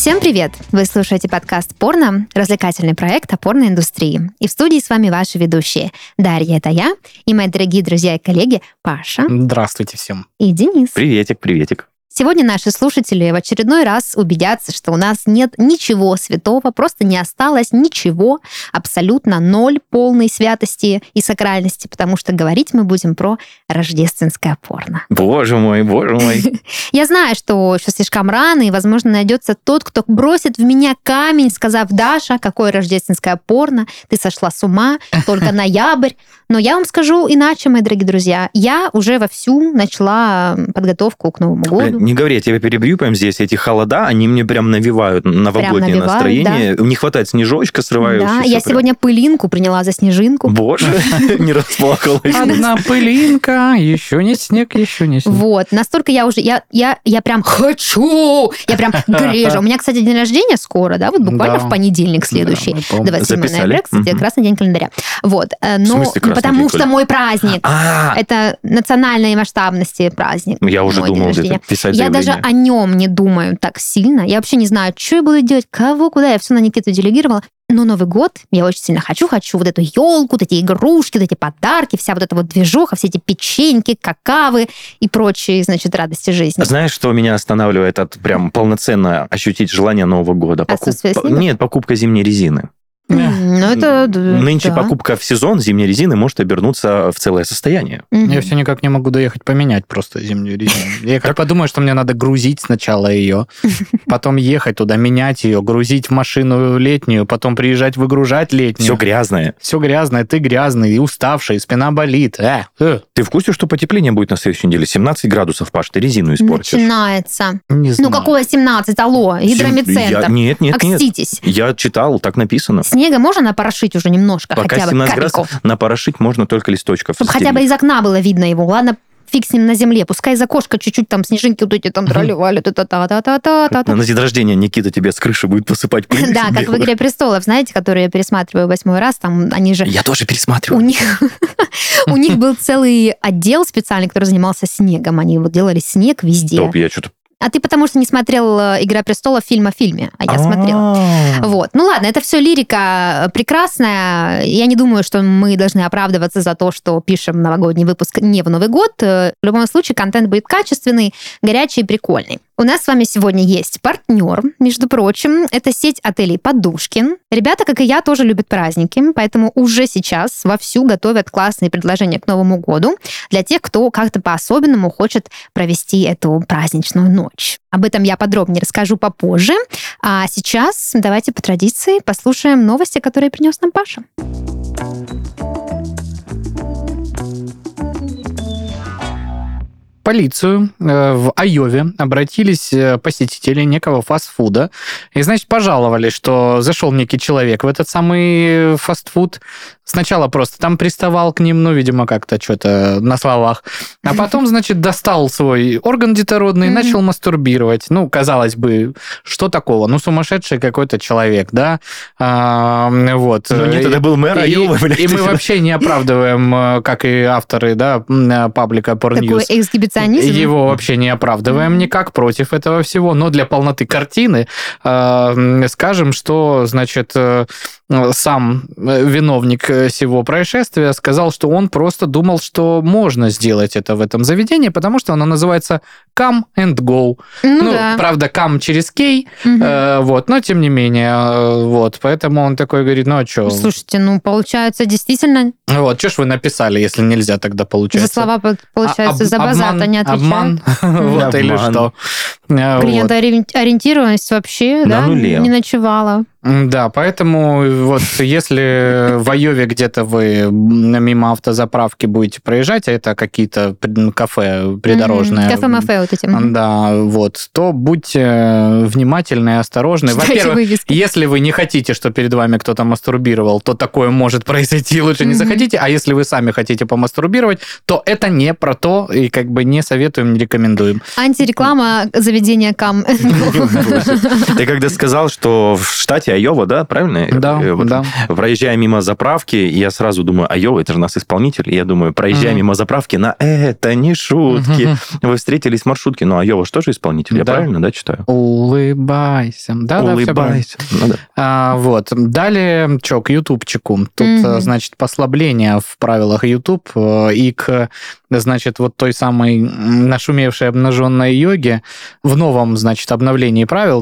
Всем привет! Вы слушаете подкаст «Порно», развлекательный проект о порноиндустрии. И в студии с вами ваши ведущие. Дарья, это я, и мои дорогие друзья и коллеги Паша. Здравствуйте всем. И Денис. Приветик. Сегодня наши слушатели в очередной раз убедятся, что у нас нет ничего святого, просто не осталось ничего, абсолютно ноль полной святости и сакральности, потому что говорить мы будем про рождественское порно. Боже мой. Я знаю, что еще слишком рано, и, возможно, найдется тот, кто бросит в меня камень, сказав: «Даша, какое рождественское порно, ты сошла с ума, только ноябрь». Но я вам скажу иначе, мои дорогие друзья. Я уже вовсю начала подготовку к Новому году. Не говори, я тебя перебью прямо здесь. Эти холода, они мне прям навевают новогоднее настроение. Да. Не хватает снежочка срывающегося. Да, я сегодня пылинку приняла за снежинку. Боже, не расплакалась. Одна пылинка, еще не снег. Вот, настолько я уже, я прям хочу, я прям грежу. У меня, кстати, день рождения скоро, да, вот буквально в понедельник следующий, 27 ноября, кстати, красный день календаря. Вот, но потому что мой праздник, это национальной масштабности праздник. Я уже думал где-то писать заявление. Я даже о нем не думаю так сильно. Я вообще не знаю, что я буду делать, кого, куда. Я все на Никиту делегировала. Но Новый год я очень сильно хочу вот эту елку, вот эти игрушки, вот эти подарки, вся вот эта вот движуха, все эти печеньки, какавы и прочие, значит, радости жизни. Знаешь, что меня останавливает от прям полноценно ощутить желание Нового года? Нет, покупка зимней резины. Нынче покупка в сезон зимней резины может обернуться в целое состояние. Я все никак не могу доехать поменять просто зимнюю резину. Я как подумаю, что мне надо грузить сначала ее, потом ехать туда, менять ее, грузить в машину летнюю, потом приезжать выгружать летнюю. Все грязное, ты грязный и уставший, спина болит. Ты в курсе, что потепление будет на следующей неделе? 17 градусов, Паш, ты резину испортишь. Начинается. Не знаю. Какое 17? Алло, гидромедцентр. Нет. Окститесь. Я читал, так написано. Снега можно напорошить уже немножко? Пока хотя бы 17 капельку? градусов напорошить можно только листочков. Чтобы хотя бы из окна было видно его. Ладно, фиг с ним на земле. Пускай из окошка чуть-чуть там снежинки вот эти там драли-вали. На день рождения Никита тебе с крыши будет посыпать пыль. Да, как в «Игре престолов», знаете, которые я пересматриваю 8-й раз, там они же... Я тоже пересматриваю. У них был целый отдел специальный, который занимался снегом. Они вот делали снег везде. Стоп, я что-то... А ты потому что не смотрел «Игра престолов» фильм о фильме, а я смотрела. Вот. Ну ладно, это все лирика прекрасная. Я не думаю, что мы должны оправдываться за то, что пишем новогодний выпуск не в Новый год. В любом случае, контент будет качественный, горячий и прикольный. У нас с вами сегодня есть партнер, между прочим. Это сеть отелей «Подушкин». Ребята, как и я, тоже любят праздники, поэтому уже сейчас вовсю готовят классные предложения к Новому году для тех, кто как-то по-особенному хочет провести эту праздничную ночь. Об этом я подробнее расскажу попозже. А сейчас давайте по традиции послушаем новости, которые принес нам Паша. В полицию в Айове обратились посетители некого фастфуда и, значит, пожаловались, что зашел некий человек в этот самый фастфуд. Сначала просто там приставал к ним, видимо, как-то что-то на словах. А потом, значит, достал свой орган детородный и начал мастурбировать. Казалось бы, что такого? Сумасшедший какой-то человек, да? Вот. Нет, это был мэр Айовы, блядь. И мы вообще не оправдываем, как и авторы, да, паблика Pornnews. Такой эксгибиционизм. Его вообще не оправдываем никак, против этого всего. Но для полноты картины скажем, что, значит, сам виновник всего происшествия сказал, что он просто думал, что можно сделать это в этом заведении, потому что оно называется Come and Go. Да. Правда, come через кей, вот, но тем не менее, вот, поэтому он такой говорит, а что? Слушайте, получается, действительно... Вот, что ж вы написали, если нельзя тогда получается? За слова, получается, за базар-то не отвечают. Обман, вот, или что? Клиентоориентированность вообще, да, не ночевала. Да, поэтому вот если в Айове где-то вы мимо автозаправки будете проезжать, а это какие-то кафе придорожные. Кафе-мафе вот эти. Да, вот, то будьте внимательны и осторожны. Во-первых, если вы не хотите, что перед вами кто-то мастурбировал, то такое может произойти, лучше не заходите. А если вы сами хотите помастурбировать, то это не про то, и как бы не советуем, не рекомендуем. Антиреклама заведения Come. Ты когда сказал, что в штате Айова, да, правильно? Да, да. Проезжая мимо заправки, я сразу думаю, Айова, это же нас исполнитель. И я думаю, проезжая мимо заправки, на это не шутки. Вы встретились с маршрутки. Ну, Айова же тоже исполнитель, я правильно, да, читаю? Улыбайся. Да, улыбайся. Вот. Далее, к ютубчику. Тут, значит, послабление в правилах YouTube и к, значит, вот той самой нашумевшей обнаженной йоге в новом, значит, обновлении правил,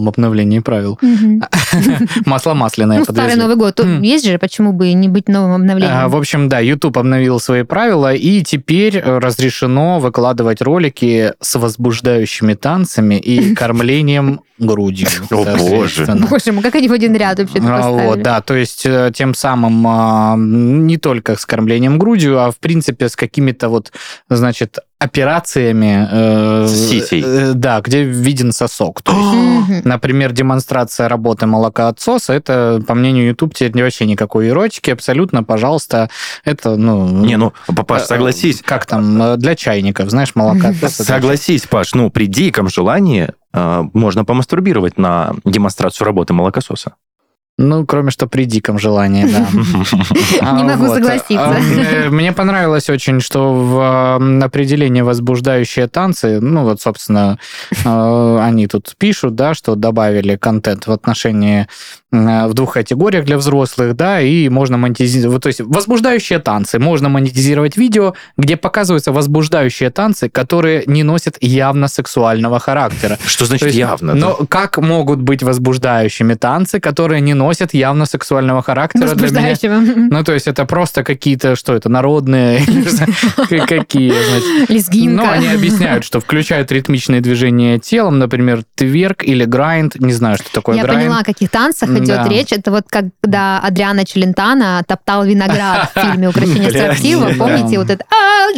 масло масляное подвезли. Старый Новый год. Есть же, почему бы не быть новым обновлением? В общем, да, YouTube обновил свои правила, и теперь разрешено выкладывать ролики с возбуждающими танцами и кормлением грудью. О, боже. Боже мой, как они в один ряд вообще поставили. Вот, да, то есть тем самым не только с кормлением грудью, а в принципе с какими-то вот, значит, операциями, да, где виден сосок. То есть, например, демонстрация работы молокоотсоса, это, по мнению YouTube, теперь вообще никакой эротики, абсолютно, пожалуйста, это, Паш, согласись. Как там, для чайников, знаешь, молокоотсос. Согласись, Паш, при диком желании можно помастурбировать на демонстрацию работы молокососа. Кроме что при диком желании, да. Не могу согласиться. Мне понравилось очень, что в определении возбуждающие танцы, собственно, они тут пишут, да, что добавили контент в отношении в 2 категориях для взрослых, да, и можно монетизировать, то есть возбуждающие танцы. Можно монетизировать видео, где показываются возбуждающие танцы, которые не носят явно сексуального характера. Что значит явно? Но как могут быть возбуждающими танцы, которые не носят явно сексуального характера? Возбуждающего. То есть это просто какие-то, что это, народные, какие, значит. Лезгинка. Они объясняют, что включают ритмичные движения телом, например, тверк или грайнд, не знаю, что такое грайнд. Я поняла, о каких танцах идет речь. Это вот когда Адриано Челентано топтал виноград в фильме «Укрощение строптива». Помните вот это?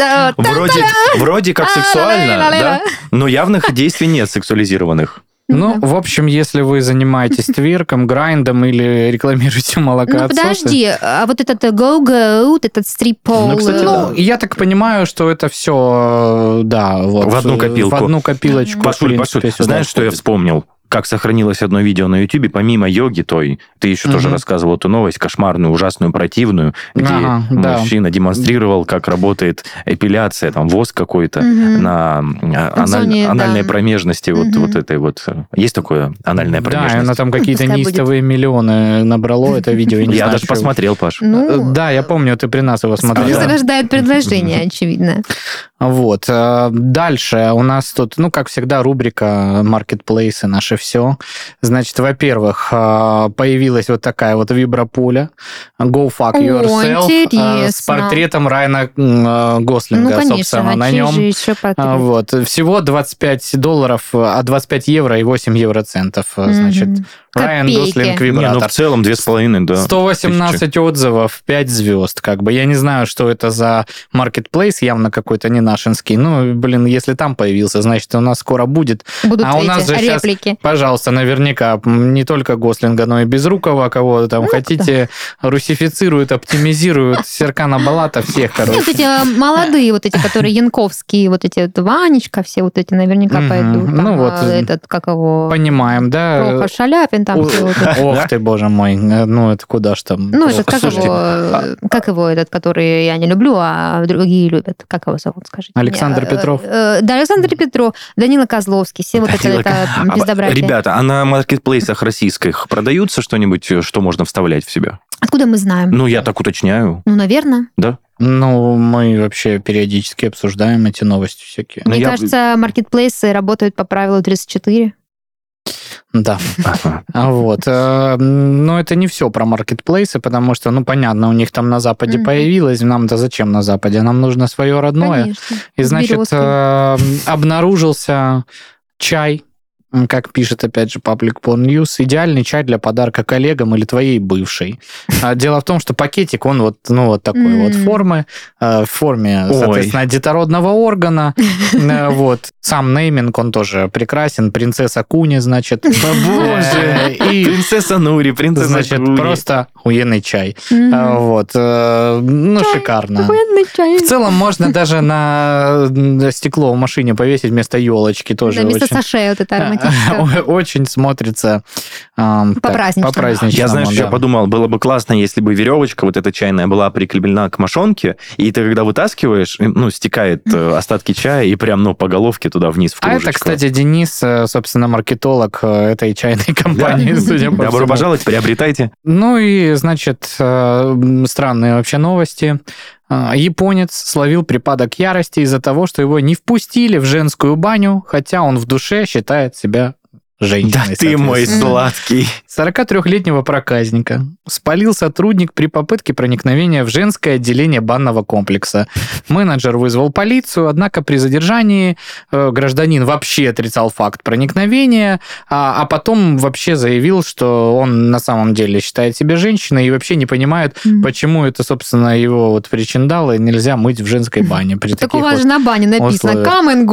Вроде как сексуально, да? Но явных действий нет сексуализированных. В общем, если вы занимаетесь тверком, грайндом или рекламируете молокоотсосы... Подожди, а вот этот go-go, этот стрип-пол... я так понимаю, что это все, да, вот... В одну копилку. В одну копилочку. Пашуль, знаешь, что я вспомнил? Как сохранилось одно видео на Ютубе, помимо йоги той, ты еще тоже рассказывал эту новость, кошмарную, ужасную, противную, где мужчина демонстрировал, как работает эпиляция, там, воск какой-то на анальной промежности, вот этой вот. Есть такое анальная промежность? Да, она там какие-то неистовые миллионы набрало, это видео. Я даже посмотрел, Паш. Да, я помню, ты при нас его смотрел. Рождает предложение, очевидно. Вот. Дальше у нас тут, как всегда, рубрика «Маркетплейсы» наши все. Значит, во-первых, появилась вот такая вот вибропуля Go Fuck Yourself с портретом Райана Гослинга, собственно, на нем. Вот. Всего $25, а 25 евро и 8 евроцентов, значит. Райан Гослинг вибратор. В целом 2,5, да. 118 отзывов, 5 звезд, как бы. Я не знаю, что это за маркетплейс, явно какой-то не нашинский. Если там появился, значит, у нас скоро будет. Будут у нас же реплики. Сейчас, пожалуйста, наверняка не только Гослинга, но и Безрукова, кого там хотите, русифицируют, оптимизируют, Серкана Балата, всех, короче. Вот эти молодые, вот эти, которые янковские, вот эти вот Ванечка, все вот эти наверняка пойдут. Этот, как его... Понимаем, да. Проха Шаляпин там. Ох ты, боже мой, это куда ж там. Это как его этот, который я не люблю, а другие любят. Как его зовут, скажите? Александр Петров. Да, Александр Петров, Данила Козловский, все вот это пиздобратья. Ребята, а на маркетплейсах российских продаются что-нибудь, что можно вставлять в себя? Откуда мы знаем? Я так уточняю. Наверное. Да? Мы вообще периодически обсуждаем эти новости всякие. Мне кажется, маркетплейсы работают по правилу 34. Да. Вот. Но это не все про маркетплейсы, потому что, понятно, у них там на Западе появилось, нам-то зачем на Западе? Нам нужно свое родное. Конечно. И, значит, обнаружился чай, как пишет, опять же, Public Porn News, идеальный чай для подарка коллегам или твоей бывшей. Дело в том, что пакетик, он вот такой вот формы, в форме, соответственно, детородного органа. Вот. Сам нейминг, он тоже прекрасен. Принцесса Куни, значит. Боже! Принцесса Нури, принцесса Куни. Значит, просто охуенный чай. Вот. Шикарно. Охуенный чай. В целом, можно даже на стекло в машине повесить вместо елочки тоже. Вместо саше вот это ароматизация. Очень смотрится по-праздничному. Я, знаешь, что подумал, было бы классно, если бы веревочка вот эта чайная была прикреплена к мошонке, и ты, когда вытаскиваешь, стекает остатки чая, и прям, по головке туда вниз в кружечку. А это, кстати, Денис, собственно, маркетолог этой чайной компании, судя по всему. Добро пожаловать, приобретайте. Ну и, значит, странные вообще новости. Японец словил припадок ярости из-за того, что его не впустили в женскую баню, хотя он в душе считает себя женщиной. Да ты мой сладкий. 43-летнего проказника спалил сотрудник при попытке проникновения в женское отделение банного комплекса. Менеджер вызвал полицию, однако при задержании гражданин вообще отрицал факт проникновения, а потом вообще заявил, что он на самом деле считает себя женщиной и вообще не понимает, почему это, собственно, его вот причиндалы нельзя мыть в женской бане. Так у вас же на бане написано «Come and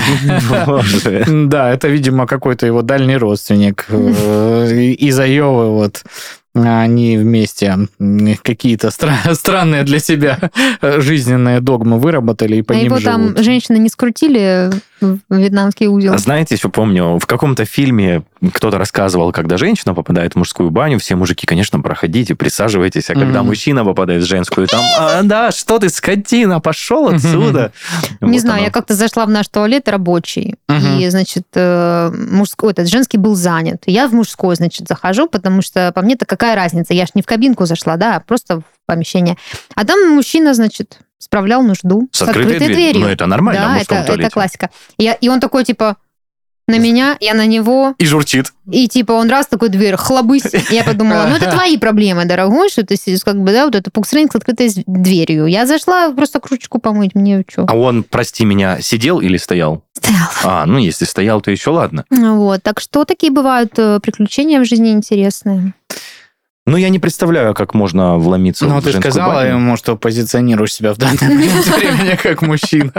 go». Да, это, видимо, какой-то его дальний родственник из Айовы, вот. Они вместе какие-то странные для себя жизненные догмы выработали и по ним его живут. Там женщины не скрутили в вьетнамский узел? Знаете, еще помню, в каком-то фильме кто-то рассказывал, когда женщина попадает в мужскую баню, все мужики, конечно, проходите, присаживайтесь, а когда мужчина попадает в женскую, там, да, что ты, скотина, пошел отсюда. Не знаю, я как-то зашла в наш туалет рабочий, и, значит, мужской, этот женский был занят. Я в мужской, значит, захожу, потому что по мне-то какая разница, я ж не в кабинку зашла, да, а просто в помещение. А там мужчина, значит, справлял нужду с открытой дверью. Ну, это нормально, да, в мужском туалете. Это классика. И он такой, типа, на меня, я на него. И журчит. И, типа, он раз такой дверь, хлобысь. Я подумала, это твои проблемы, дорогой, что ты, как бы, да, вот это пуксрейнг с открытой дверью. Я зашла просто кружечку помыть, мне что. А он, прости меня, сидел или стоял? Стоял. Если стоял, то еще ладно. Вот, так что такие бывают приключения в жизни интересные. Я не представляю, как можно вломиться в женскую баню. Ты сказала ему, что позиционируешь себя в данный момент времени как мужчина.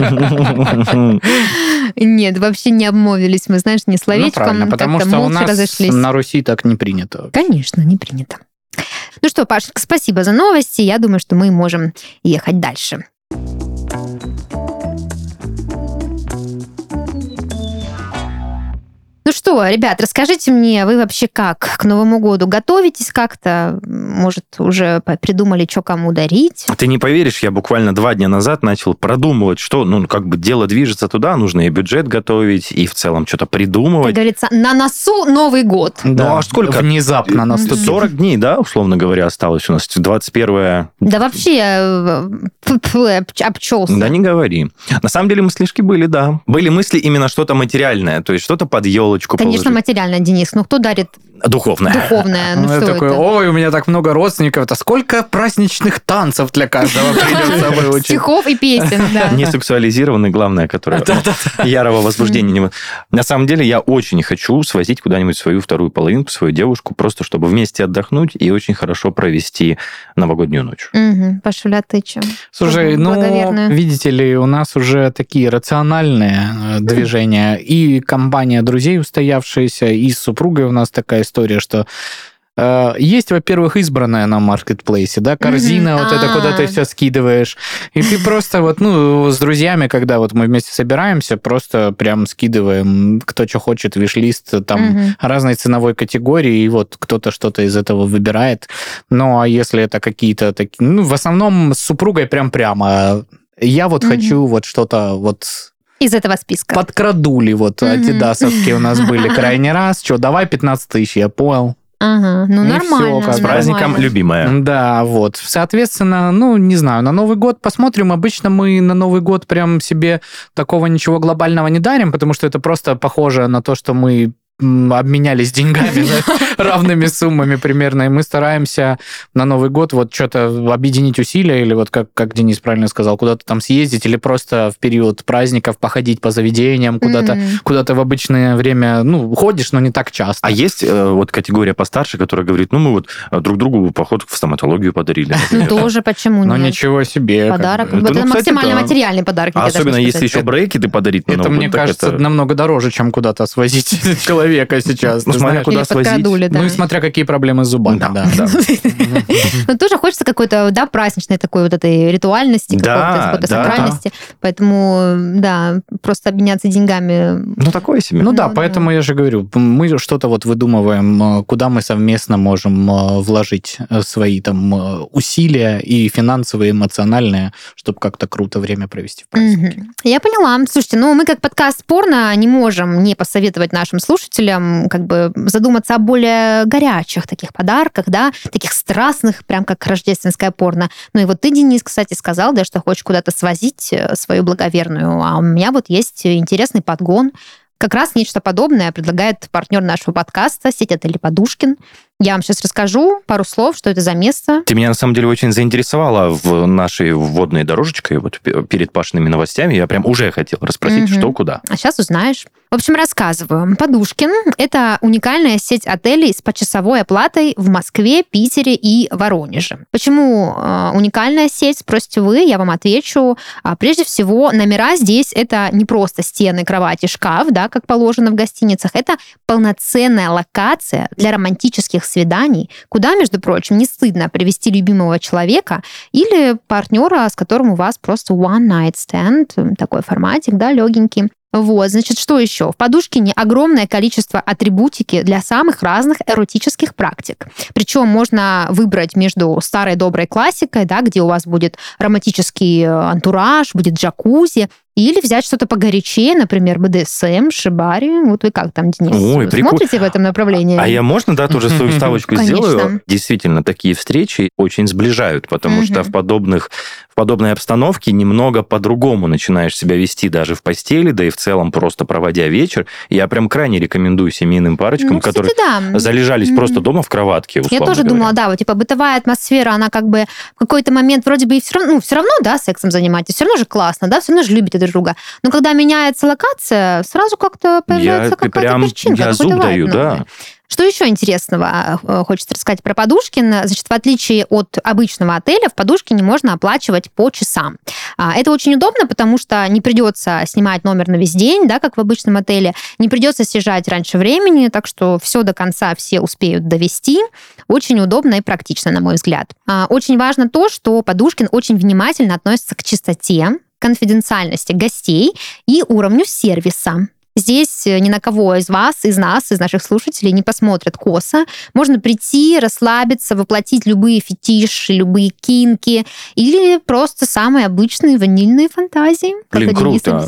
Нет, вообще не обмолвились мы, знаешь, ни словечком. Правильно, потому что у нас на Руси так не принято. Конечно, не принято. Ну что, Паш, спасибо за новости. Я думаю, что мы можем ехать дальше. Ну что, ребят, расскажите мне, вы вообще как к Новому году готовитесь как-то? Может, уже придумали, что кому дарить? Ты не поверишь, я буквально 2 дня назад начал продумывать, что, дело движется туда, нужно и бюджет готовить, и в целом что-то придумывать. Как говорится, на носу Новый год. Да, а сколько? Внезапно наступил. 40 дней, да, условно говоря, осталось у нас. 21 Да вообще обчелся. Да не говори. На самом деле мыслишки были, да. Были мысли именно что-то материальное, то есть что-то под елочку. Конечно, материально, Денис. Кто дарит? Духовное. Духовное. Что такой, это? Ой, у меня так много родственников. Это сколько праздничных танцев для каждого придется выучить. Стихов и песен, да. Не сексуализированный, главное, который ярого возбуждения. На самом деле, я очень хочу свозить куда-нибудь свою вторую половинку, свою девушку, просто чтобы вместе отдохнуть и очень хорошо провести новогоднюю ночь. Пашуля, ты чем? Слушай, видите ли, у нас уже такие рациональные движения. И компания друзей устоявшаяся, и с супругой у нас такая история, что есть, во-первых, избранная на маркетплейсе, да, корзина, вот это, куда ты все скидываешь. И ты просто с друзьями, когда мы вместе собираемся, просто прям скидываем, кто что хочет, виш-лист, там разной ценовой категории, и кто-то что-то из этого выбирает. Ну, а если это какие-то такие... в основном с супругой прямо. Я хочу что-то из этого списка. Подкрадули адидасовские у нас были крайний раз. Что, давай 15 тысяч, я понял. Ага, нормально. С праздником, любимая. Да, Соответственно, не знаю, на Новый год посмотрим. Обычно мы на Новый год прям себе такого ничего глобального не дарим, потому что это просто похоже на то, что мы обменялись деньгами равными суммами примерно, и мы стараемся на Новый год что-то объединить усилия, или как Денис правильно сказал, куда-то там съездить, или просто в период праздников походить по заведениям, куда-то в обычное время, ходишь, но не так часто. А есть категория постарше, которая говорит, мы друг другу поход в стоматологию подарили. Тоже почему нет? Ничего себе. Подарок. Это максимально материальный подарок. Особенно если еще брекеты подарить на Новый год. Это, мне кажется, намного дороже, чем куда-то свозить человека сейчас. Смотря куда свозить. Ну и смотря какие проблемы с зубами. Да. Но тоже хочется какой-то, праздничной такой вот этой ритуальности, какой-то сакральности. Поэтому, просто обменяться деньгами. Ну, такое себе. Ну да, поэтому я же говорю, мы что-то вот выдумываем, куда мы совместно можем вложить свои там усилия и финансовые, и эмоциональные, чтобы как-то круто время провести в празднике. Я поняла. Слушайте, мы как подкаст «Порно» не можем не посоветовать нашим слушателям как бы задуматься о более горячих таких подарках, таких страстных, прям как рождественское порно. Ну и вот ты, Денис, кстати, сказал, что хочешь куда-то свозить свою благоверную, а у меня вот есть интересный подгон. Как раз нечто подобное предлагает партнер нашего подкаста, сеть отелей «Подушкин». Я вам сейчас расскажу пару слов, что это за место. Ты меня, на самом деле, очень заинтересовала в нашей вводной дорожечкой, вот перед Пашиными новостями. Я прям уже хотел расспросить, что, куда. А сейчас узнаешь. В общем, рассказываю. «Подушкин» — это уникальная сеть отелей с почасовой оплатой в Москве, Питере и Воронеже. Почему уникальная сеть, спросите вы, я вам отвечу. Прежде всего, номера здесь — это не просто стены, кровати, шкаф, как положено в гостиницах. Это полноценная локация для романтических свиданий, куда, между прочим, не стыдно привести любимого человека или партнера, с которым у вас просто one night stand, такой форматик, легенький. Вот, значит, что еще? В «Подушкине» огромное количество атрибутики для самых разных эротических практик. Причем можно выбрать между старой доброй классикой, где у вас будет романтический антураж, будет джакузи, или взять что-то погорячее, например, БДСМ, шибари. Вот вы как там, Денис? Ой, смотрите в этом направлении? А я можно, тоже свою вставочку сделаю? Действительно, такие встречи очень сближают, потому что в подобной обстановке немного по-другому начинаешь себя вести даже в постели, да и в целом просто проводя вечер. Я прям крайне рекомендую семейным парочкам, которые залежались просто дома в кроватке, условно Я тоже говоря. думала, бытовая атмосфера, она как бы в какой-то момент вроде бы и все равно, сексом занимаетесь, все равно же классно, все равно же любите друг друга. Но когда меняется локация, сразу как-то появляется какая-то перчинка. Я зуб даю, да. Что еще интересного хочется рассказать про «Подушкин»? Значит, в отличие от обычного отеля, в «Подушкине» можно оплачивать по часам. Это очень удобно, потому что не придется снимать номер на весь день, как в обычном отеле, не придется съезжать раньше времени, так что все до конца все успеют довести. Очень удобно и практично, на мой взгляд. Очень важно то, что «Подушкин» очень внимательно относится к чистоте, конфиденциальности гостей и уровню сервиса. Здесь ни на кого из вас, из нас, из наших слушателей не посмотрят косо. Можно прийти, расслабиться, воплотить любые фетиши, любые кинки или просто самые обычные ванильные фантазии. Блин, круто.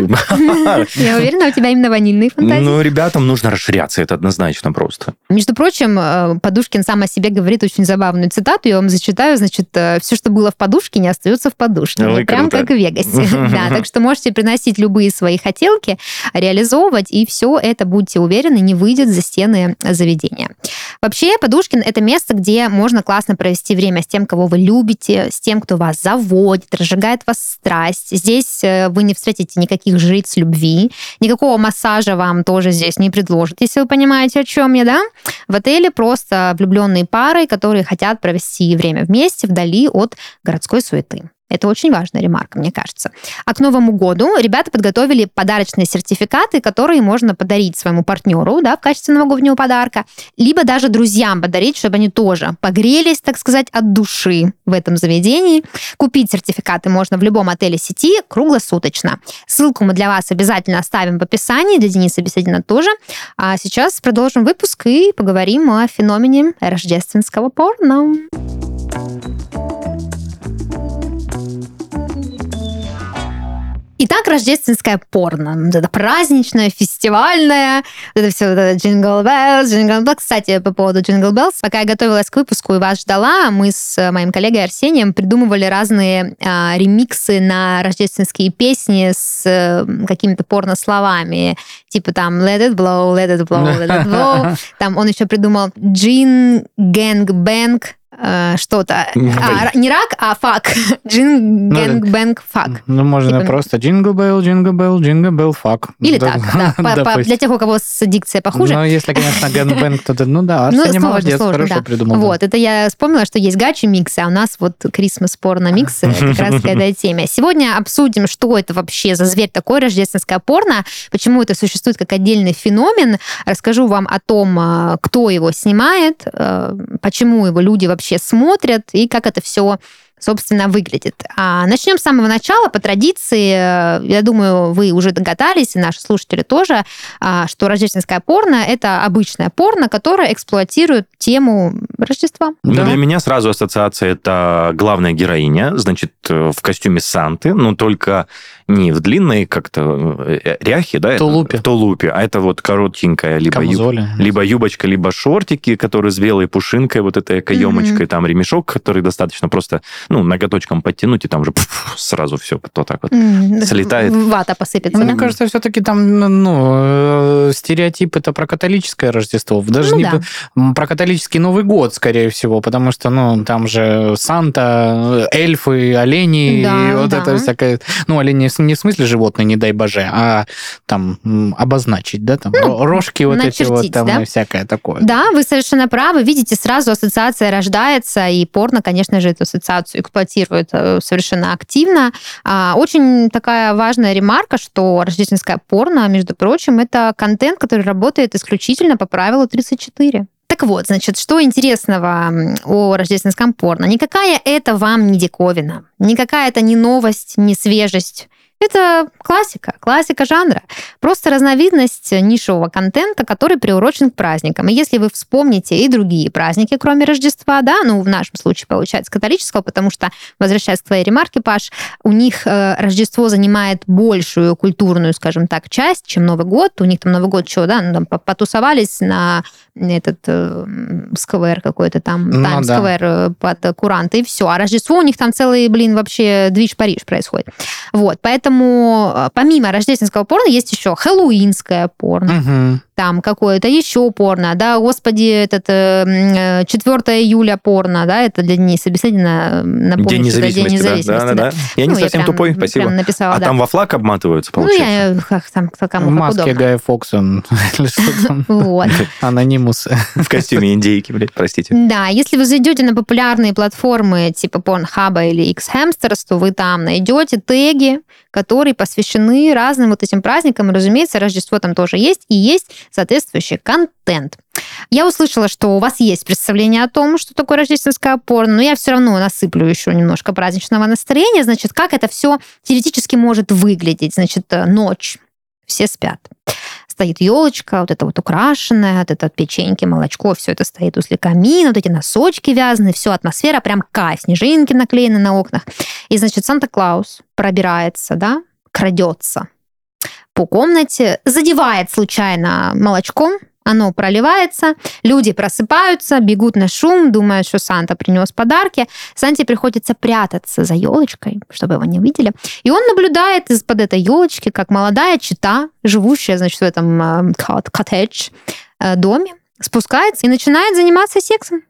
Я уверена, у тебя именно ванильные фантазии. Ну, ребятам нужно расширяться, это однозначно просто. Между прочим, «Подушкин» сам о себе говорит очень забавную цитату, я вам зачитаю. Значит, все, что было в «Подушкине», остается в «Подушкине». Прям как в Вегасе. Так что можете приносить любые свои хотелки, реализовывать, и все это, будьте уверены, не выйдет за стены заведения. Вообще, «Подушкин» — это место, где можно классно провести время с тем, кого вы любите, с тем, кто вас заводит, разжигает вас страсть. Здесь вы не встретите никаких жриц любви, никакого массажа вам тоже здесь не предложат, если вы понимаете, о чем я, да? В отеле просто влюбленные пары, которые хотят провести время вместе вдали от городской суеты. Это очень важная ремарка, мне кажется. А к Новому году ребята подготовили подарочные сертификаты, которые можно подарить своему партнеру, в качестве новогоднего подарка, либо даже друзьям подарить, чтобы они тоже погрелись, так сказать, от души в этом заведении. Купить сертификаты можно в любом отеле сети круглосуточно. Ссылку мы для вас обязательно оставим в описании, для Дениса Беседина тоже. А сейчас продолжим выпуск и поговорим о феномене рождественского порно. Итак, рождественское порно. Это праздничное, фестивальное. Это все Jingle Bells, Jingle Bells. Кстати, по поводу Jingle Bells. Пока я готовилась к выпуску и вас ждала, мы с моим коллегой Арсением придумывали разные ремиксы на рождественские песни с какими-то порно-словами. Типа там Let it blow, let it blow, let it blow. Там он еще придумал Gin Gang Bang что-то. Не рак, а фак. Джин, гэнг, бэнг, фак. Ну, можно просто джингл белл, фак. Или так, да. Для тех, у кого с дикцией похуже. Ну, если, конечно, гэнг, бэнг, то ну да, Арсений молодец, хорошо придумал. Вот, это я вспомнила, что есть гачи-миксы, а у нас вот Крисмас порно-миксы, это как раз к этой теме. Сегодня обсудим, что это вообще за зверь такой, рождественское порно, почему это существует как отдельный феномен. Расскажу вам о том, кто его снимает, почему его люди вообще смотрят и как это все, собственно, выглядит. Начнем с самого начала. По традиции, я думаю, вы уже догадались, и наши слушатели тоже, что рождественское порно — это обычное порно, которое эксплуатирует тему Рождества. Да. Для меня сразу ассоциация — это главная героиня, значит, в костюме Санты, но только не в длинной как-то ряхе, да? Тулупе, а это вот коротенькая либо юбочка, либо шортики, которые с белой пушинкой, вот этой каемочкой, там ремешок, который достаточно просто, ноготочком подтянуть, и там же сразу все вот так вот слетает. Вата посыпется. Мне кажется, все-таки там, стереотип это про католическое Рождество. Даже не про католический Новый год, скорее всего, потому что, там же Санта, эльфы, олени, и вот это всякое... олени не в смысле животные, не дай боже, а там обозначить, да, там рожки вот эти вот, там, и всякое такое. Да, вы совершенно правы. Видите, сразу ассоциация рождается, и порно, конечно же, эту ассоциацию эксплуатирует совершенно активно. Очень такая важная ремарка, что рождественское порно, между прочим, это контент, который работает исключительно по правилу 34. Так вот, значит, что интересного о рождественском порно? Никакая это вам не диковина, никакая это не новость, не свежесть. Это классика жанра. Просто разновидность нишевого контента, который приурочен к праздникам. И если вы вспомните и другие праздники, кроме Рождества, да, в нашем случае, получается, католического, потому что, возвращаясь к твоей ремарке, Паш, у них Рождество занимает большую культурную, скажем так, часть, чем Новый год. У них там Новый год что, да, там потусовались на этот сквер какой-то там, тайм-сквер под куранты, и все. А Рождество у них там целый, вообще движ Париж происходит. Вот, поэтому помимо рождественского порно есть еще хэллоуинское порно. Угу. Там какое-то еще порно, да, господи, 4 июля порно, да, это для Дениса обязательно напомнить. День независимости, да. Я не совсем тупой, спасибо. Написала, там во флаг обматываются, получается? В маске Гая Фокса. Вот. Анонимус. В костюме индейки, простите. Да, если вы зайдете на популярные платформы типа Pornhub или X-Hamsters, то вы там найдете теги, которые посвящены разным вот этим праздникам. И, разумеется, Рождество там тоже есть, и есть соответствующий контент. Я услышала, что у вас есть представление о том, что такое рождественское порно, но я все равно насыплю еще немножко праздничного настроения. Значит, как это все теоретически может выглядеть? Значит, ночь, все спят. Стоит елочка, вот это вот украшенная, вот это печеньки, молочко, все это стоит возле камина, вот эти носочки вязаные, все, атмосфера прям кайф, снежинки наклеены на окнах. И, значит, Санта-Клаус пробирается, да, крадется по комнате, задевает случайно молочком, оно проливается, люди просыпаются, бегут на шум, думают, что Санта принес подарки. Санте приходится прятаться за елочкой, чтобы его не видели. И он наблюдает из-под этой елочки, как молодая чета, живущая, значит, в этом коттедж доме, спускается и начинает заниматься сексом.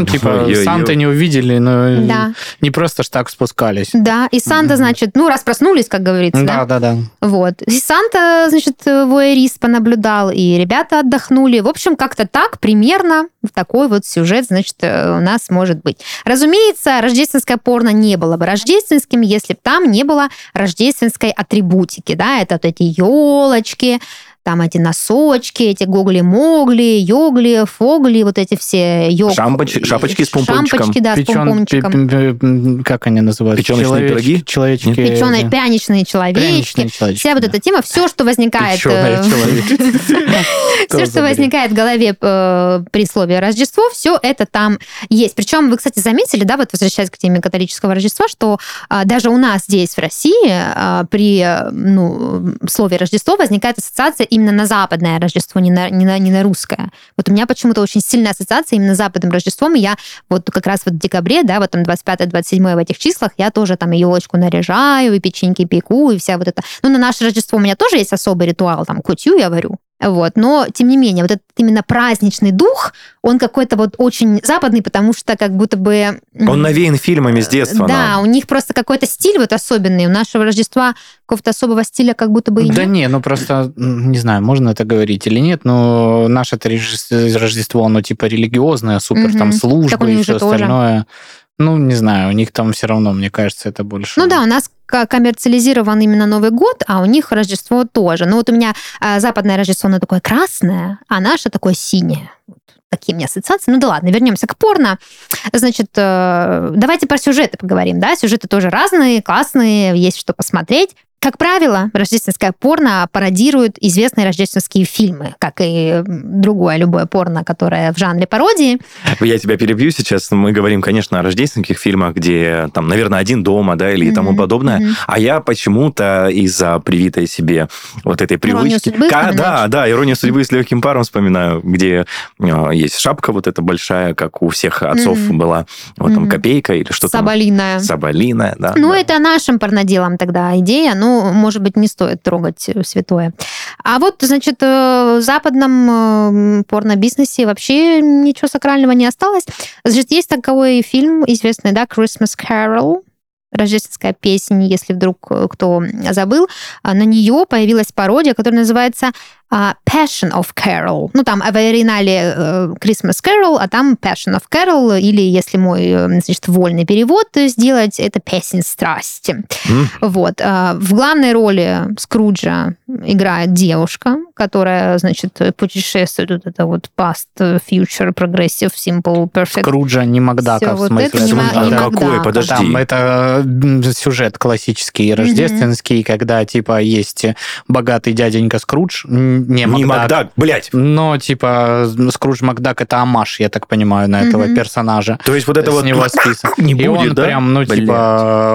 Санта не увидели, но не просто ж так спускались. Да, и Санта, значит, раз проснулись, как говорится. Да. Вот. И Санта, значит, вуэрист понаблюдал, и ребята отдохнули. В общем, как-то так, примерно, такой вот сюжет, значит, у нас может быть. Разумеется, рождественское порно не было бы рождественским, если бы там не было рождественской атрибутики, да, это вот эти елочки, там эти носочки, эти гогли-могли, йогли, фогли, вот эти все... Шапочки с помпончиком. Шапочки, да, с помпончиком. Как они называются? Печёночные пироги? Человечки. Пряничные человечки. Вся вот эта тема, все, что возникает... Все, что возникает в голове при слове Рождество, все это там есть. Причем вы, кстати, заметили, да, вот возвращаясь к теме католического Рождества, что даже у нас здесь, в России, при слове Рождество возникает ассоциация именно на западное Рождество, не на русское. Вот у меня почему-то очень сильная ассоциация именно с западным Рождеством, и я вот как раз вот в декабре, да, вот там 25-27 в этих числах, я тоже там и елочку наряжаю, и печеньки пеку, и вся вот это. На наше Рождество у меня тоже есть особый ритуал, там, кутью я варю. Вот. Но, тем не менее, вот этот именно праздничный дух, он какой-то вот очень западный, потому что как будто бы... Он навеян фильмами с детства. Да, у них просто какой-то стиль вот особенный. У нашего Рождества какого-то особого стиля как будто бы и нет. Да не, ну просто, не знаю, можно это говорить или нет, но наше Рождество, оно типа религиозное, супер, там службы и все остальное. Ну, не знаю, у них там все равно, мне кажется, это больше... Ну да, у нас коммерциализирован именно Новый год, а у них Рождество тоже. Ну вот у меня западное Рождество, оно такое красное, а наше такое синее. Такие у меня ассоциации. Ну да ладно, вернемся к порно. Значит, давайте про сюжеты поговорим, да? Сюжеты тоже разные, классные, есть что посмотреть. Как правило, рождественское порно пародирует известные рождественские фильмы, как и другое любое порно, которое в жанре пародии. Я тебя перебью сейчас. Мы говорим, конечно, о рождественских фильмах, где там, наверное, «Один дома», да, или тому подобное. А я почему-то из-за привитой себе вот этой привычки... Да, «Ирония судьбы» с легким паром вспоминаю, где есть шапка вот эта большая, как у всех отцов была, вот там копейка или что-то. Соболиная, да. Ну, это нашим порноделом тогда идея, может быть, не стоит трогать святое. А вот, значит, в западном порно-бизнесе вообще ничего сакрального не осталось. Значит, есть такой фильм известный, да, «Christmas Carol», рождественская песня, если вдруг кто забыл. На нее появилась пародия, которая называется Passion of Carol. Ну, там в оригинале Christmas Carol, а там Passion of Carol, или, если мой, значит, вольный перевод сделать, это «Песнь страсти». Вот. В главной роли Скруджа играет девушка, которая, значит, путешествует вот это вот past, future, progressive, simple, perfect. Скруджа, не Макдака, в смысле. Какой? Подожди. Там это сюжет классический, рождественский, когда, типа, есть богатый дяденька Скрудж, не Макдак, блядь. Но, типа, Скрудж Макдак — это омаж, я так понимаю, на этого персонажа. То есть вот это вот него списан. Не будет, и он да? прям, ну, типа,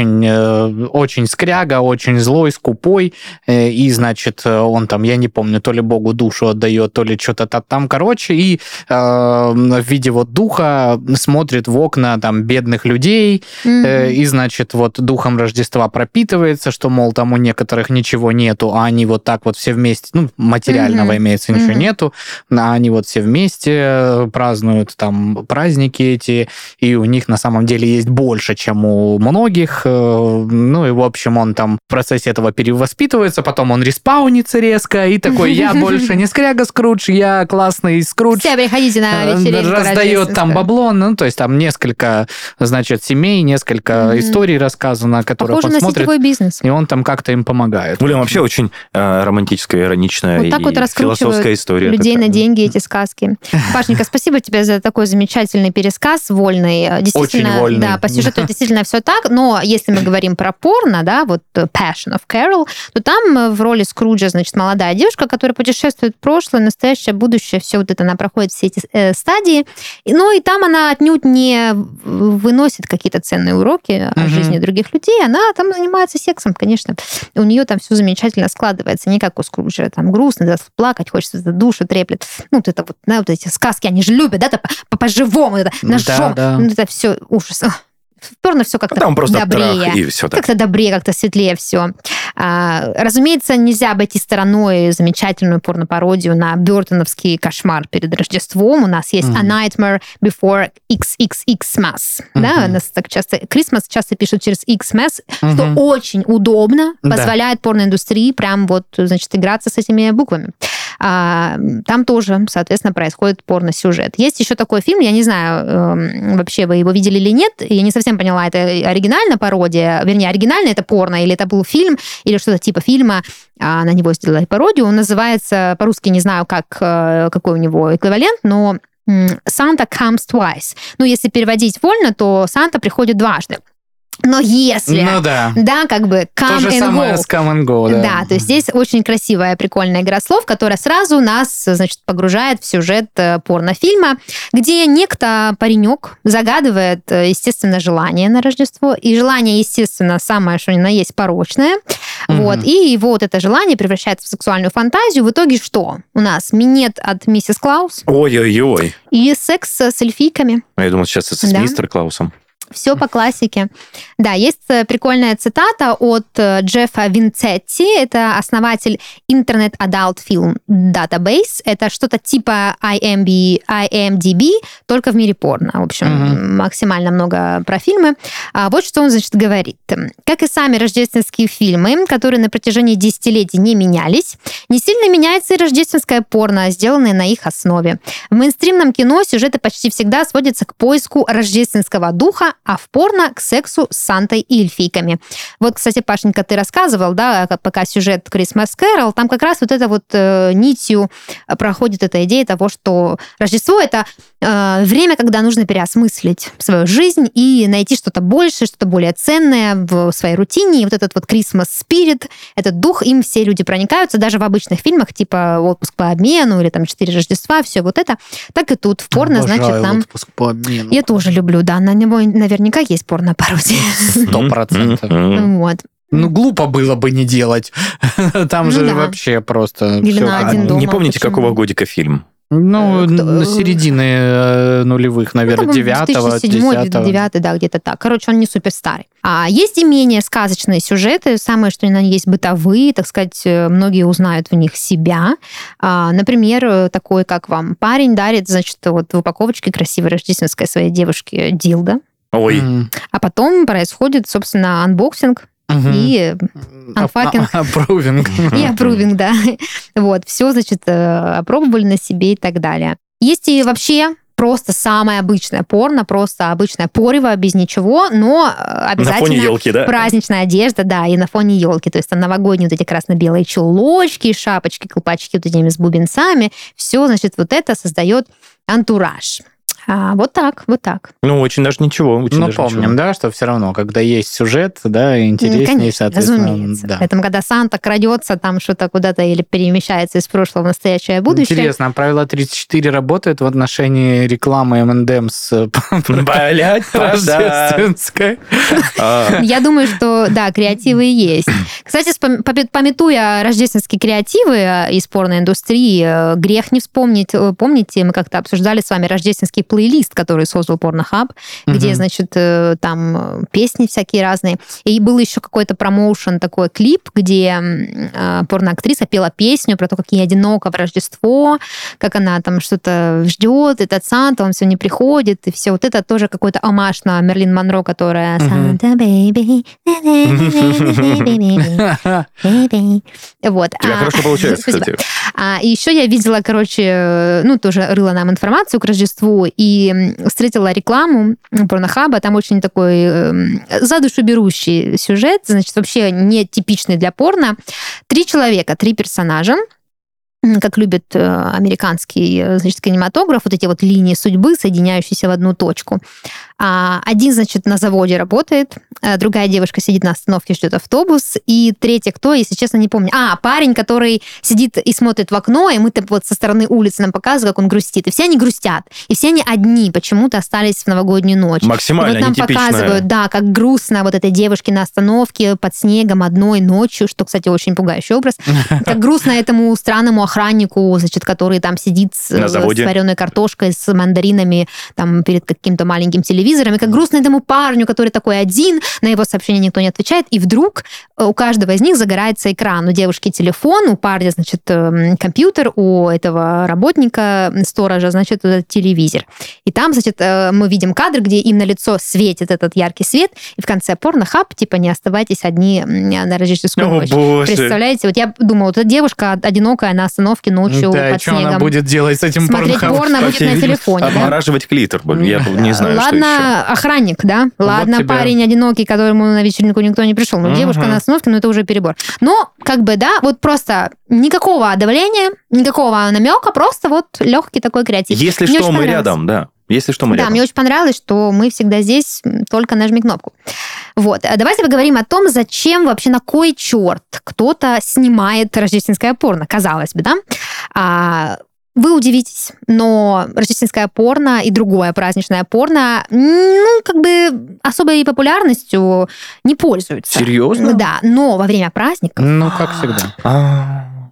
очень скряга, очень злой, скупой, и, значит, он там, я не помню, то ли Богу душу отдает, то ли что-то там, короче, и в виде вот духа смотрит в окна там бедных людей, и, значит, вот духом Рождества пропитывается, что, мол, там у некоторых ничего нету, а они вот так вот все вместе, ну, материального имеется, ничего нету, а они вот все вместе празднуют там праздники эти, и у них на самом деле есть больше, чем у многих, ну, и, в общем, он там в процессе этого перевоспитывается, потом он респаунится резко, и такой, я больше не скряга Скрудж, я классный Скрудж. Все, приходите на вечеринку. Раздает там бабло, ну, то есть там несколько, значит, семей, несколько историй рассказано, которых похоже он смотрит. Похоже на сетевой бизнес. И он там как-то им помогает. Блин, вообще очень романтическая, ироничная вот так вот философская история. Людей такая, на деньги эти сказки. Пашенька, спасибо тебе за такой замечательный пересказ, вольный. Действительно, очень вольный. Да, по сюжету действительно все так, но если мы говорим про порно, да, вот Passion of Carol, то там в роли Скруджа, значит, молодая девушка, которая путешествует в прошлое, настоящее, будущее, все вот это, она проходит все эти стадии, ну и там она отнюдь не выносит какие-то ценные уроки о жизни других людей, она там занимается сексом, конечно. У нее там все замечательно складывается, не как у Скруджа, там грустно, да, плакать хочется, душу треплет. Ну, вот это вот, да, вот эти сказки, они же любят, да, по-живому, это ножом, да. Ну, это все ужас. В порно все как-то добрее. И все так. Как-то добрее, как-то светлее все. Разумеется, нельзя обойти стороной замечательную порно-пародию на бёртоновский кошмар перед Рождеством. У нас есть A Nightmare Before XXXmas. Да, у нас так часто... Christmas часто пишут через Xmas, что очень удобно, позволяет порноиндустрии прям вот, значит, играться с этими буквами. Там тоже, соответственно, происходит порно-сюжет. Есть еще такой фильм, я не знаю, вообще вы его видели или нет, я не совсем поняла, это оригинальная пародия, вернее, оригинальная это порно, или это был фильм, или что-то типа фильма, на него сделали пародию, он называется, по-русски не знаю, какой у него эквивалент, но Santa Comes Twice. Ну, если переводить вольно, то Санта приходит дважды. Но если, ну, да, как бы come то же and самое go. С come and go, да. Да, то есть здесь очень красивая, прикольная игра слов, которая сразу нас, значит, погружает в сюжет порнофильма, где некто паренек загадывает, естественно, желание на Рождество, и желание, естественно, самое, что ни на есть, порочное, вот, и его вот это желание превращается в сексуальную фантазию. В итоге что? У нас минет от миссис Клаус. Ой-ой-ой. И секс с эльфийками. Я думал, сейчас это с мистер Клаусом. Все по классике. Да, есть прикольная цитата от Джеффа Винцетти, это основатель Internet Adult Film Database, это что-то типа IMDb, только в мире порно. В общем, максимально много про фильмы. Вот что он, значит, говорит. Как и сами рождественские фильмы, которые на протяжении десятилетий не менялись, не сильно меняется и рождественское порно, сделанное на их основе. В мейнстримном кино сюжеты почти всегда сводятся к поиску рождественского духа, а в порно к сексу с Сантой и эльфийками. Вот, кстати, Пашенька, ты рассказывал, да, пока сюжет Christmas Carol, там как раз вот это вот нитью проходит эта идея того, что Рождество — это время, когда нужно переосмыслить свою жизнь и найти что-то большее, что-то более ценное в своей рутине. И вот этот вот Christmas Spirit, этот дух, им все люди проникаются, даже в обычных фильмах, типа «Отпуск по обмену» или там «4 Рождества», все вот это. Так и тут в порно, Обожаю, значит, там... «Отпуск по обмену». Я тоже люблю, да, на него наверняка есть порно-пародия. 100%. Вот. Ну, глупо было бы не делать. Там же вообще просто... Не помните, какого годика фильм? Ну, на середины нулевых, наверное, 9-го, 10-го. 9-й, да, где-то так. Короче, он не супер старый. А есть и менее сказочные сюжеты, самые, что ни на есть, бытовые, так сказать, многие узнают в них себя. Например, такой, как вам парень дарит, значит, вот в упаковочке красивой рождественской своей девушке дилдо. Ой. А потом происходит, собственно, анбоксинг, и анфакинг. Апрувинг. И апрувинг, да. Вот, все, значит, опробовали на себе и так далее. Есть и вообще просто самое обычное порно, просто обычное порево, без ничего, но обязательно... На фоне елки, да? Праздничная одежда, да, и на фоне елки. То есть там новогодние вот эти красно-белые чулочки, шапочки, колпачки вот этими с бубенцами. Все, значит, вот это создает антураж. Вот так, вот так. Ну, очень даже ничего. Но помним, да, что все равно, когда есть сюжет, да, интереснее, конечно, соответственно. Разумеется. Да. Поэтому, когда Санта крадется там что-то куда-то или перемещается из прошлого в настоящее будущее... Интересно, правило 34 работает в отношении рекламы M&M's рождественской? Я думаю, что, да, креативы есть. Кстати, памятуя рождественские креативы из порноиндустрии, грех не вспомнить. Помните, мы как-то обсуждали с вами рождественский плейлист, который создал Pornhub, где, значит, там песни всякие разные. И был еще какой-то промоушен, такой клип, где порноактриса пела песню про то, как ей одиноко в Рождество, как она там что-то ждет, этот Санта, он все не приходит, и все. Вот это тоже какой-то омаж на Мерлин Монро, которая Санта, бэйби, вот. У тебя хорошо получается, кстати. И еще я видела, короче, ну, тоже рыла нам информацию к Рождеству, и встретила рекламу Порнохаба, там очень такой за душу берущий сюжет, значит, вообще не типичный для порно. 3 человека, 3 персонажа, как любит американский, значит, кинематограф, вот эти вот линии судьбы, соединяющиеся в одну точку. Один, значит, на заводе работает, другая девушка сидит на остановке, ждет автобус, и третья кто, если честно, не помню. Парень, который сидит и смотрит в окно, и мы-то вот со стороны улицы нам показывают, как он грустит. И все они грустят. И все они одни почему-то остались в новогоднюю ночь. Максимально и вот нам нетипичная. показывают, да, как грустно вот этой девушке на остановке под снегом одной ночью, что, кстати, очень пугающий образ. Как грустно этому странному охраннику, значит, который там сидит с вареной картошкой, с мандаринами там перед каким-то маленьким телевизором, и как грустно этому парню, который такой один, на его сообщение никто не отвечает, и вдруг у каждого из них загорается экран. У девушки телефон, у парня, значит, компьютер, у этого работника, сторожа, значит, телевизор. И там, значит, мы видим кадр, где им на лицо светит этот яркий свет, и в конце Порнохаб, типа, не оставайтесь одни на рождественскую ночь. Боже. Представляете? Вот я думала, вот эта девушка одинокая на остановке ночью под что снегом. она будет делать с этим Смотреть порно будет на телефоне. Отмораживать клитор. Я не знаю, что еще. Ладно, охранник, да? Ладно, тебе. Парень одинокий, которому на вечеринку никто не пришел. Но девушка на остановке, ну это уже перебор. Но, как бы, да, вот просто никакого давления, никакого намека, просто вот легкий такой креатив. Если Мне что, очень мы понравилось. рядом, да. Если что, мы Да, рядом. мне очень понравилось, что мы всегда здесь, только нажми кнопку. Вот. Давайте поговорим о том, зачем вообще, на кой черт кто-то снимает рождественское порно, казалось бы, да? Вы удивитесь, но рождественское порно и другое праздничное порно, ну, как бы особой популярностью не пользуются. Серьезно? Да, но во время праздников... Ну, как всегда.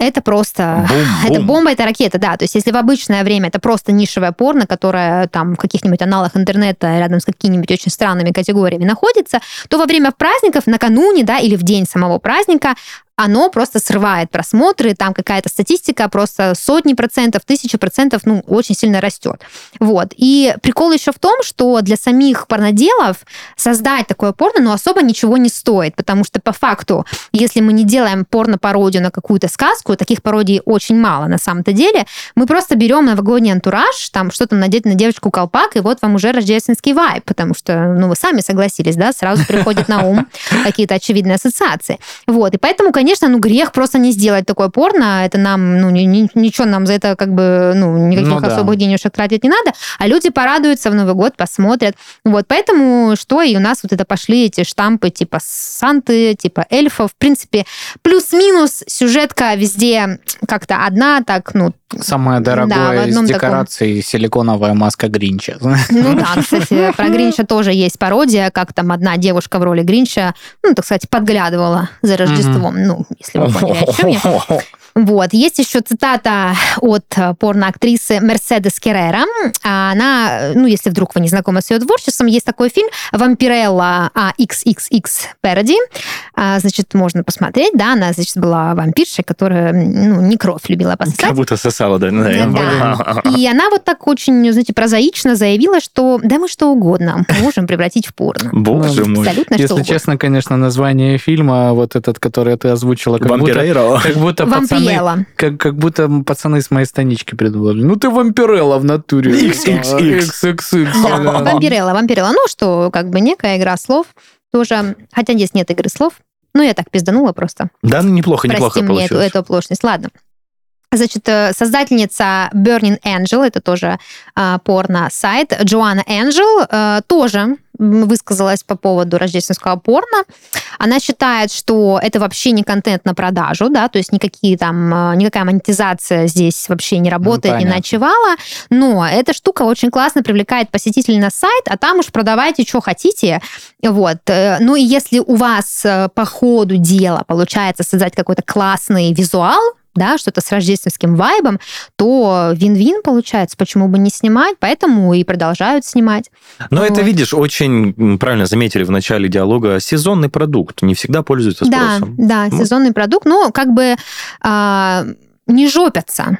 это просто... Это бомба, это ракета, да. То есть если в обычное время это просто нишевое порно, которое там в каких-нибудь аналах интернета рядом с какими-нибудь очень странными категориями находится, то во время праздников, накануне, да, или в день самого праздника, оно просто срывает просмотры, там какая-то статистика просто сотни процентов, 1000%, ну, очень сильно растет. Вот. И прикол еще в том, что для самих порноделов создать такое порно, ну, особо ничего не стоит, потому что по факту, если мы не делаем порно-пародию на какую-то сказку, таких пародий очень мало на самом-то деле, мы просто берем новогодний антураж, там что-то надеть на девочку колпак, и вот вам уже рождественский вайб, потому что, ну, вы сами согласились, да, сразу приходит на ум какие-то очевидные ассоциации. Вот. И поэтому, конечно, ну, грех просто не сделать такое порно, это нам, ну, ничего нам за это как бы, ну, никаких особых денежек тратить не надо, а люди порадуются в Новый год, посмотрят. Вот, поэтому что, и у нас вот это пошли эти штампы типа Санты, типа эльфов, в принципе, плюс-минус сюжетка везде как-то одна, так, ну... Самое дорогое из декораций таком... силиконовая маска Гринча. Ну да, кстати, про Гринча тоже есть пародия, как там одна девушка в роли Гринча, ну, так сказать, подглядывала за Рождеством. Ну, если вы поняли, о чем я. Вот. Есть еще цитата от порноактрисы Мерседес Керрера. Она, ну, если вдруг вы не знакомы с ее творчеством, есть такой фильм «Вампирелла XXX Parody». Значит, можно посмотреть, да, она, значит, была вампиршей, которая, ну, не кровь любила пососать. Как будто сосала, да. Да. И она вот так очень, знаете, прозаично заявила, что да мы что угодно можем превратить в порно. Боже мой. Абсолютно что угодно. Если честно, конечно, название фильма, вот этот, который ты озвучила, как будто пацаны, как будто пацаны с моей станички придумали. Ну ты вампирелла в натуре. XXX. Вампирелла. Ну что, как бы некая игра слов тоже, хотя здесь нет игры слов. Ну, я так пизданула просто. Да, неплохо получилось. Прости мне эту оплошность. Ладно. Значит, создательница Burning Angel, это тоже порно-сайт, Джоанна Энджел, тоже высказалась по поводу рождественского порно. Она считает, что это вообще не контент на продажу, да, то есть никакая монетизация здесь вообще не работает, не ночевала, но эта штука очень классно привлекает посетителей на сайт, а там уж продавайте, что хотите. Вот. Ну и если у вас по ходу дела получается создать какой-то классный визуал, да, что-то с рождественским вайбом, то вин-вин получается, почему бы не снимать, поэтому и продолжают снимать. Но вот. Это, видишь, очень правильно заметили в начале диалога, сезонный продукт, не всегда пользуется спросом. Да, сезонный продукт, но как бы не жопятся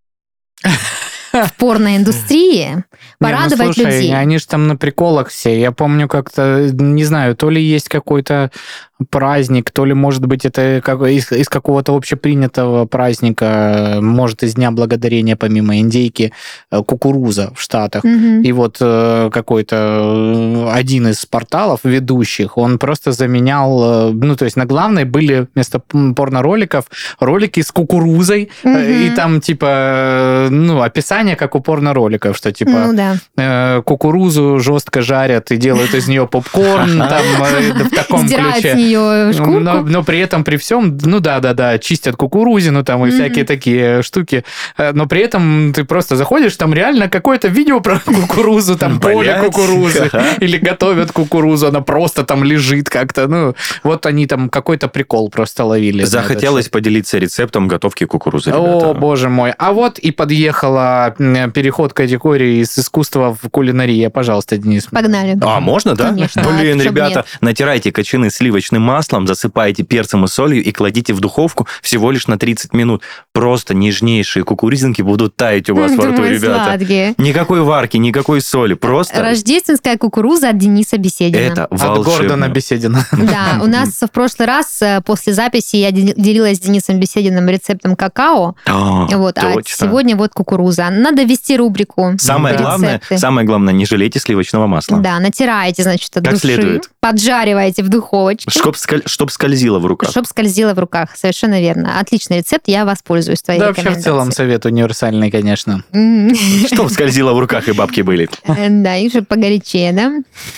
в порноиндустрии порадовать людей. Они же там на приколах все. Я помню как-то, не знаю, то ли есть какой-то праздник, то ли, может быть, это из какого-то общепринятого праздника, может, из Дня Благодарения, помимо индейки, кукуруза в Штатах. И вот какой-то один из порталов ведущих, он просто заменял, ну, то есть на главной были вместо порно-роликов ролики с кукурузой, и там, типа, ну, описание, как у порно-роликов, что, типа, кукурузу жестко жарят и делают из нее попкорн, там, в таком ключе. Но при этом, при всем, ну да, чистят кукурузину там и всякие такие штуки. Но при этом ты просто заходишь, там реально какое-то видео про кукурузу, там поле кукурузы, или готовят кукурузу, она просто там лежит как-то. Ну, вот они там какой-то прикол просто ловили. Захотелось поделиться рецептом готовки кукурузы, ребята. О, боже мой. А вот и подъехала переход категории из искусства в кулинарии. Пожалуйста, Денис. Погнали. А, можно, да? Конечно. Блин, ребята, натирайте кочаны сливочным маслом, засыпаете перцем и солью и кладите в духовку всего лишь на 30 минут. Просто нежнейшие кукурузинки будут таять у вас во рту, ребята. Сладкие. Никакой варки, никакой соли, просто... Рождественская кукуруза от Дениса Беседина. Это волшебно. От Гордона Беседина. Да, у нас в прошлый раз после записи я делилась с Денисом Бесединым рецептом какао. Вот, а сегодня вот кукуруза. Надо вести рубрику. Самое главное, не жалейте сливочного масла. Да, натираете, значит, от как души. Следует. Поджариваете в духовочке. Чтоб скользило в руках. Чтоб скользило в руках, совершенно верно. Отличный рецепт, я воспользуюсь твоей рекомендацией. Да, вообще в целом совет универсальный, конечно. Чтоб скользило в руках и бабки были. Да, и чтобы погорячее, да?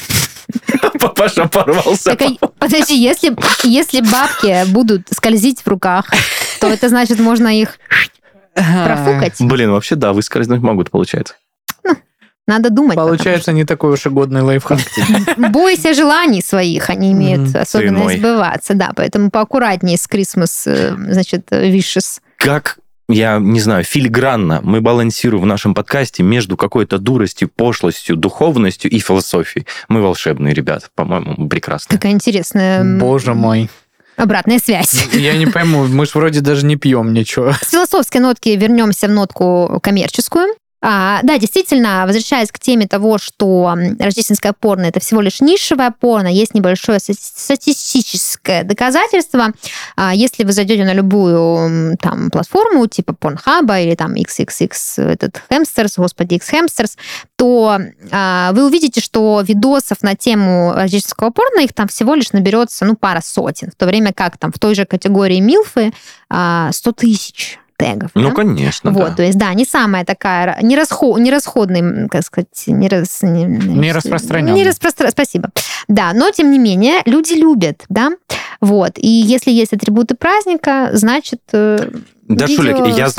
Папаша порвался. Подожди, если бабки будут скользить в руках, то это значит, можно их профукать. Блин, вообще да, выскользнуть могут, получается. Надо думать. Получается, не такой уж и годный лайфхак. Бойся желаний своих, они имеют особенность сбываться, да, поэтому поаккуратнее с Christmas, значит, wishes. как... Я не знаю, филигранно мы балансируем в нашем подкасте между какой-то дуростью, пошлостью, духовностью и философией. Мы волшебные ребята, по-моему, прекрасные. Какая интересная... Боже мой. Обратная связь. Я не пойму, мы ж вроде даже не пьем ничего. С философской нотки вернемся в нотку коммерческую. Да, действительно, возвращаясь к теме того, что рождественское порно – это всего лишь нишевое порно, есть небольшое статистическое доказательство. Если вы зайдете на любую там платформу, типа Pornhub или там XXX, X-Hamsters, то вы увидите, что видосов на тему рождественского порно, их там всего лишь наберется, пара сотен, в то время как там в той же категории милфы 100 тысяч тегов. Ну, да? Конечно, вот, да. То есть, да, не самая такая, нерасходный, как сказать, не распространенный. Спасибо. Да, но, тем не менее, люди любят, да, вот, и если есть атрибуты праздника, значит... Да, Шулик,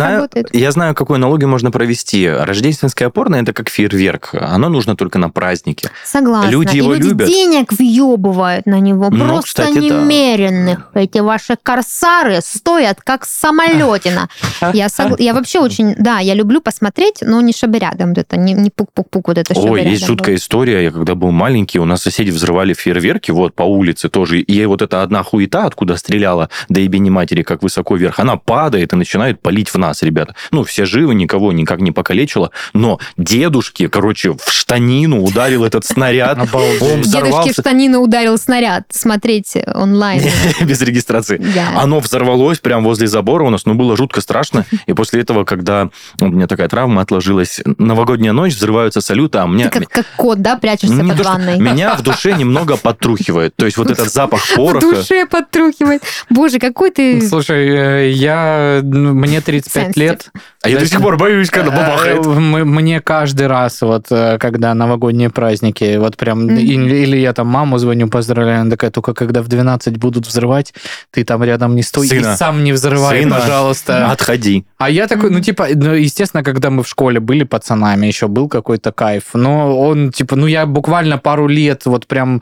я знаю, какую аналогию можно провести. Рождественское порно – это как фейерверк. Оно нужно только на празднике. Согласна. Люди его любят. Денег въебывают на него просто кстати, немеренных. Да. Эти ваши корсары стоят как самолетина. Я вообще очень... Да, я люблю посмотреть, но не шаберядом. Это не пук-пук-пук, вот это шаберядом. Ой, есть жуткая история. Я когда был маленький, у нас соседи взрывали фейерверки вот по улице тоже. И вот эта одна хуета, откуда стреляла, да ебени матери, как высоко вверх, она падает и начинает палить в нас, ребята. Все живы, никого никак не покалечило, но дедушке, в штанину ударил этот снаряд. Дедушке в штанину ударил снаряд. Смотрите онлайн. Без регистрации. Оно взорвалось прямо возле забора у нас, было жутко страшно. И после этого, когда у меня такая травма отложилась, новогодняя ночь, взрываются салюты, а мне... Ты как кот, да, прячешься под ванной? Меня в душе немного подтрухивает. То есть вот этот запах пороха... В душе подтрухивает. Боже, какой ты... Слушай, мне 35 лет. А я до сих пор боюсь, когда бабахает. Мне каждый раз, когда новогодние праздники, прям, или я там маму звоню, поздравляю, она такая, только когда в 12 будут взрывать, ты там рядом не стой и сам не взрывай, пожалуйста. Отходи. А я такой, естественно, когда мы в школе были пацанами, еще был какой-то кайф, но он, я буквально пару лет, прям,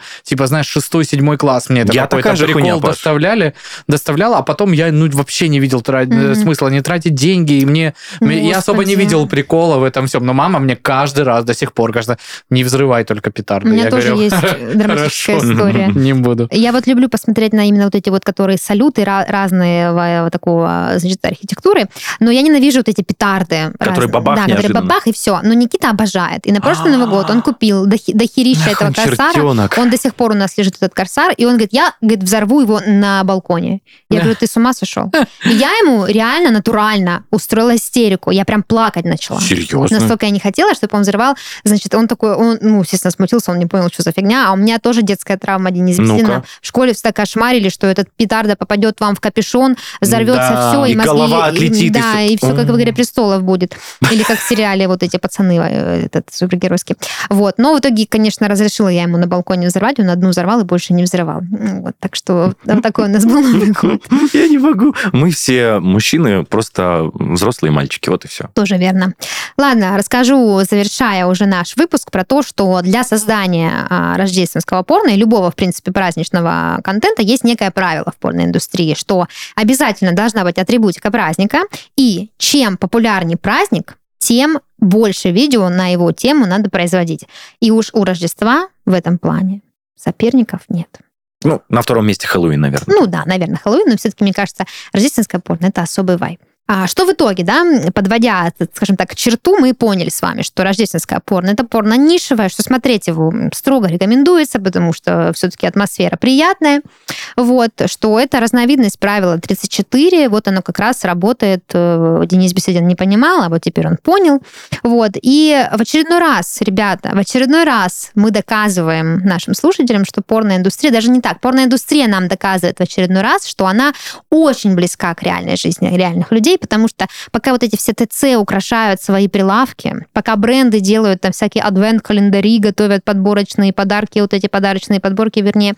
6-7 класс мне это какой-то прикол доставлял, а потом я, вообще не видел смысла не тратить деньги, и я особо не видел прикола в этом всем, но мама мне каждый раз до сих пор кажется, не взрывай только петарды. У меня тоже есть драматическая история. Не буду. Я люблю посмотреть на именно эти которые салюты разные такого, архитектуры, но я ненавижу эти петарды. Которые бабах неожиданно. Да, которые бабах и все. Но Никита обожает. И на прошлый Новый год он купил дохерища этого корсара. Он до сих пор у нас лежит, этот корсар, и он говорит, я взорву его на балконе. Я говорю, ты с ума сошел? И я ему реально натурально устроила истерику. Я прям плакать начала. Серьезно? Настолько я не хотела, чтобы он взрывал. Значит, он такой, естественно, смутился, он не понял, что за фигня. А у меня тоже детская травма, Денис. В школе всегда кошмарили, что этот петарда попадет вам в капюшон, взорвется все, и мозги... голова отлетит. Да, и все, как в «Игре престолов» будет. Или как в сериале эти пацаны, этот супергеройский. Но в итоге, конечно, разрешила я ему на балконе взорвать, он одну взорвал и больше не взрывал. Так что такой у нас был Новый год. Я не могу. Мы все мужчины, просто взрослые мальчики, вот и все. Тоже верно. Ладно, расскажу, завершая уже наш выпуск, про то, что для создания рождественского порно и любого, в принципе, праздничного контента есть некое правило в порноиндустрии, что обязательно должна быть атрибутика праздника, и чем популярнее праздник, тем больше видео на его тему надо производить. И уж у Рождества в этом плане соперников нет. На втором месте Хэллоуин, наверное. Да, наверное, Хэллоуин, но все-таки, мне кажется, рождественское порно – это особый вайб. А что в итоге, да, подводя, скажем так, черту, мы поняли с вами, что рождественское порно – это порно нишевое, что смотреть его строго рекомендуется, потому что все-таки атмосфера приятная, что это разновидность правила 34, оно как раз работает, Денис Беседин не понимал, а теперь он понял, и в очередной раз, ребята, мы доказываем нашим слушателям, что порноиндустрия, даже не так, порноиндустрия нам доказывает в очередной раз, что она очень близка к реальной жизни реальных людей, потому что пока эти все ТЦ украшают свои прилавки, пока бренды делают там всякие адвент-календари, готовят подборочные подарки, эти подарочные подборки, вернее,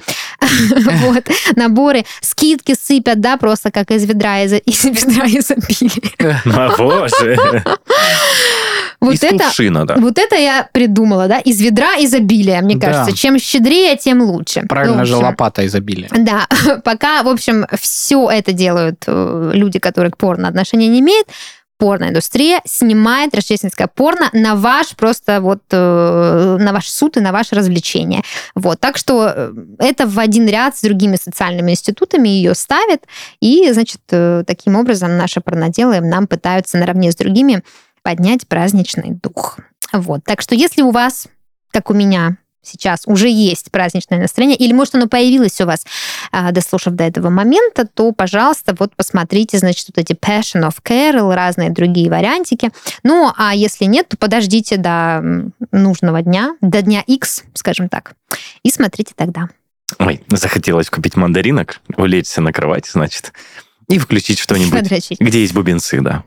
наборы, скидки сыпят, да, просто как из ведра изобилия. Боже! Вот это я придумала, да, из ведра изобилия, мне кажется. Чем щедрее, тем лучше. Правильно же, лопата изобилия. Да, пока, в общем, все это делают люди, которые к порно отношения не имеют, порноиндустрия снимает рождественское порно на ваш просто вот, на ваш суд и на ваше развлечение. Вот, так что это в один ряд с другими социальными институтами ее ставят, и, значит, таким образом наши порноделы нам пытаются наравне с другими поднять праздничный дух. Вот, так что если у вас, как у меня, сейчас уже есть праздничное настроение, или, может, оно появилось у вас, дослушав до этого момента, то, пожалуйста, вот посмотрите, значит, вот эти Passion of Carol, разные другие вариантики. Ну, а если нет, то подождите до нужного дня, до дня X, скажем так, и смотрите тогда. Ой, захотелось купить мандаринок, улечься на кровать, значит, и включить что-нибудь, где есть бубенцы, да.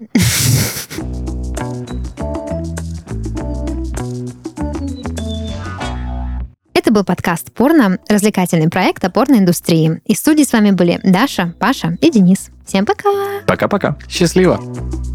Это был подкаст «Порно», развлекательный проект о порноиндустрии. Из студии с вами были Даша, Паша и Денис. Всем пока! Пока-пока! Счастливо!